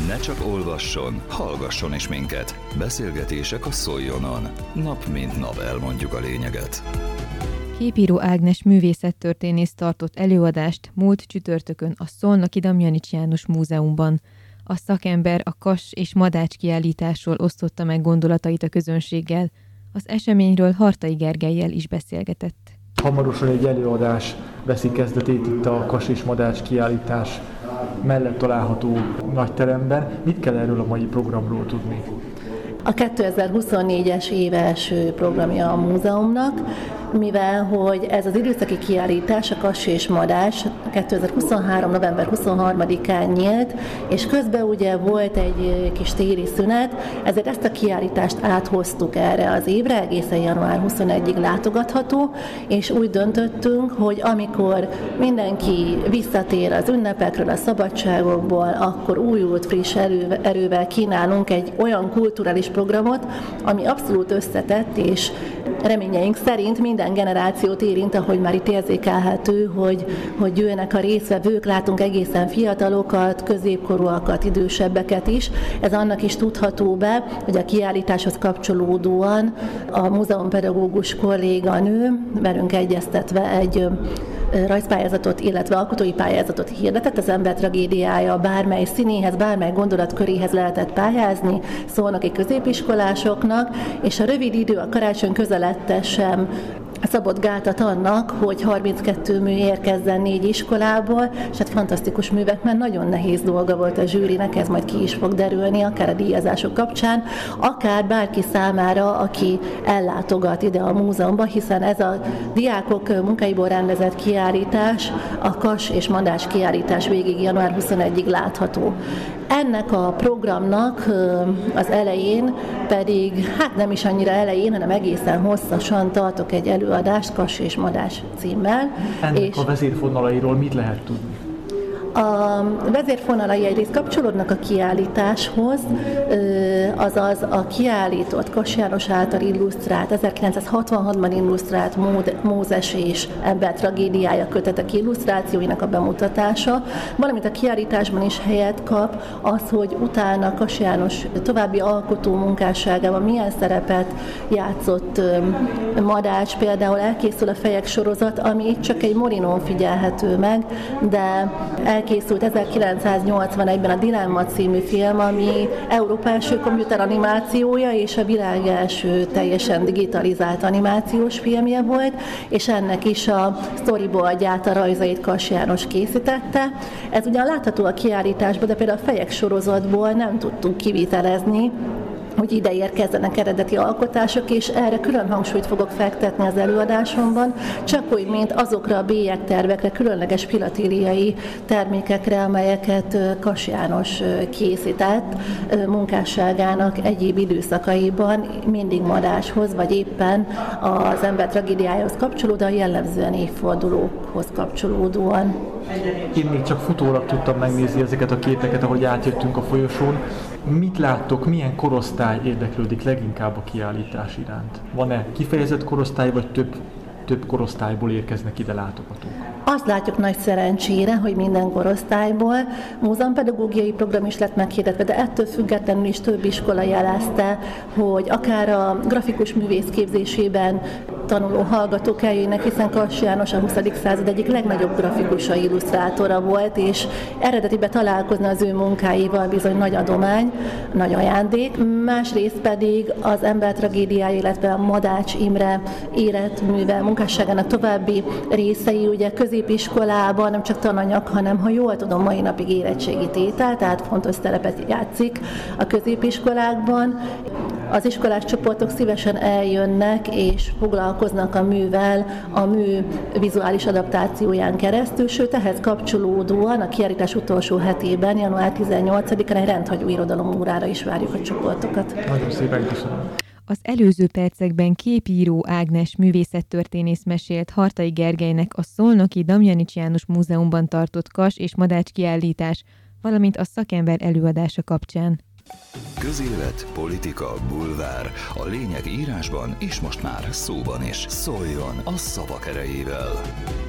Ne csak olvasson, hallgasson is minket. Beszélgetések a Szoljonon. Nap mint nap elmondjuk a lényeget. Képíró Ágnes művészettörténész tartott előadást múlt csütörtökön a Szolnoki Damjanics János Múzeumban. A szakember a Kass és Madács kiállításról osztotta meg gondolatait a közönséggel. Az eseményről Hartai Gergellyel is beszélgetett. Hamarosan egy előadás veszi kezdetét itt a Kass és Madács kiállítás mellett található nagyteremben. Mit kell erről a mai programról tudni? A 2024-es év első programja a múzeumnak, mivel hogy ez az időszaki kiállítás, a Kass és Madács 2023. november 23-án nyílt, és közben ugye volt egy kis téli szünet, ezért ezt a kiállítást áthoztuk erre az évre, egészen január 21-ig látogatható, és úgy döntöttünk, hogy amikor mindenki visszatér az ünnepekről, a szabadságokból, akkor újult friss erővel kínálunk egy olyan kulturális programot, ami abszolút összetett, és reményeink szerint minden generációt érint, ahogy már itt érzékelhető, hogy jöjjenek a résztvevők, látunk egészen fiatalokat, középkorúakat, idősebbeket is. Ez annak is tudható be, hogy a kiállításhoz kapcsolódóan a múzeumpedagógus kolléganő velünk egyeztetve egy rajzpályázatot, illetve alkotói pályázatot hirdetett. Az ember tragédiája bármely színéhez, bármely gondolatköréhez lehetett pályázni szolnoki középiskolásoknak, és a rövid idő, a karácsony közelette sem szabott gátat annak, hogy 32 mű érkezzen 4 iskolából, és hát fantasztikus művek, mert nagyon nehéz dolga volt a zsűrinek, ez majd ki is fog derülni, akár a díjazások kapcsán, akár bárki számára, aki ellátogat ide a múzeumba, hiszen ez a diákok munkáiból rendezett kiállítás, a Kass és Madács kiállítás végig január 21-ig látható. Ennek a programnak az elején pedig, hát nem is annyira elején, hanem egészen hosszasan tartok egy előadást Kass és Madács címmel. Ennek a vezérfonalairól mit lehet tudni? A vezérfonalai egyrészt kapcsolódnak a kiállításhoz, azaz a kiállított Kass János által illusztrált, 1966-ban illusztrált Mózes és ember tragédiája kötetek illusztrációinak a bemutatása, valamint a kiállításban is helyet kap az, hogy utána Kass János további alkotó munkásságában milyen szerepet játszott Madács, például elkészül a Fejek sorozat, ami itt csak egy molinón figyelhető meg, de elkészült 1981-ben a Dilemma című film, ami Európa első komputer animációja és a világ első teljesen digitalizált animációs filmje volt, és ennek is a storyboardját, a rajzait Kass János készítette. Ez ugyan látható a kiállításban, de például a Fejek sorozatból nem tudtunk kivitelezni, hogy ide érkezzenek eredeti alkotások, és erre külön hangsúlyt fogok fektetni az előadásomban, csak úgy, mint azokra a bélyegtervekre, különleges filatéliai termékekre, amelyeket Kass János készített munkásságának egyéb időszakaiban, mindig Madácshoz, vagy éppen az ember tragédiájához kapcsolódóan, jellemzően évfordulókhoz kapcsolódóan. Én még csak futólag tudtam megnézni ezeket a képeket, ahogy átjöttünk a folyosón. Mit láttok, milyen korosztály érdeklődik leginkább a kiállítás iránt? Van-e kifejezett korosztály, vagy több korosztályból érkeznek ide látogatók? Azt látjuk nagy szerencsére, hogy minden korosztályból múzeumpedagógiai program is lett meghirdetve, de ettől függetlenül is több iskola jelezte, hogy akár a grafikus művész képzésében tanuló hallgatók eljönnek, hiszen Kass János a 20. század egyik legnagyobb grafikusa, illusztrátora volt, és eredetiben találkozni az ő munkáival bizony nagy adomány, nagy ajándék. Másrészt pedig az ember tragédiája, illetve a Madács Imre életműve, munkásságának további részei, ugye középiskolában nem csak tananyag, hanem, ha jól tudom, mai napig érettségi tétel, tehát fontos szerepet játszik a középiskolákban. Az iskolás csoportok szívesen eljönnek és foglalkoznak a művel a mű vizuális adaptációján keresztül, sőt ehhez kapcsolódóan a kiállítás utolsó hetében, január 18-án egy rendhagyó irodalomórára is várjuk a csoportokat. Nagyon szépen köszönöm. Az előző percekben Képíró Ágnes művészettörténész mesélt Hartai Gergelynek a Szolnoki Damjanics János Múzeumban tartott Kass és Madács kiállítás, valamint a szakember előadása kapcsán. Közélet, politika, bulvár. A lényeg írásban és most már szóban is. Szóljon a szavak erejével!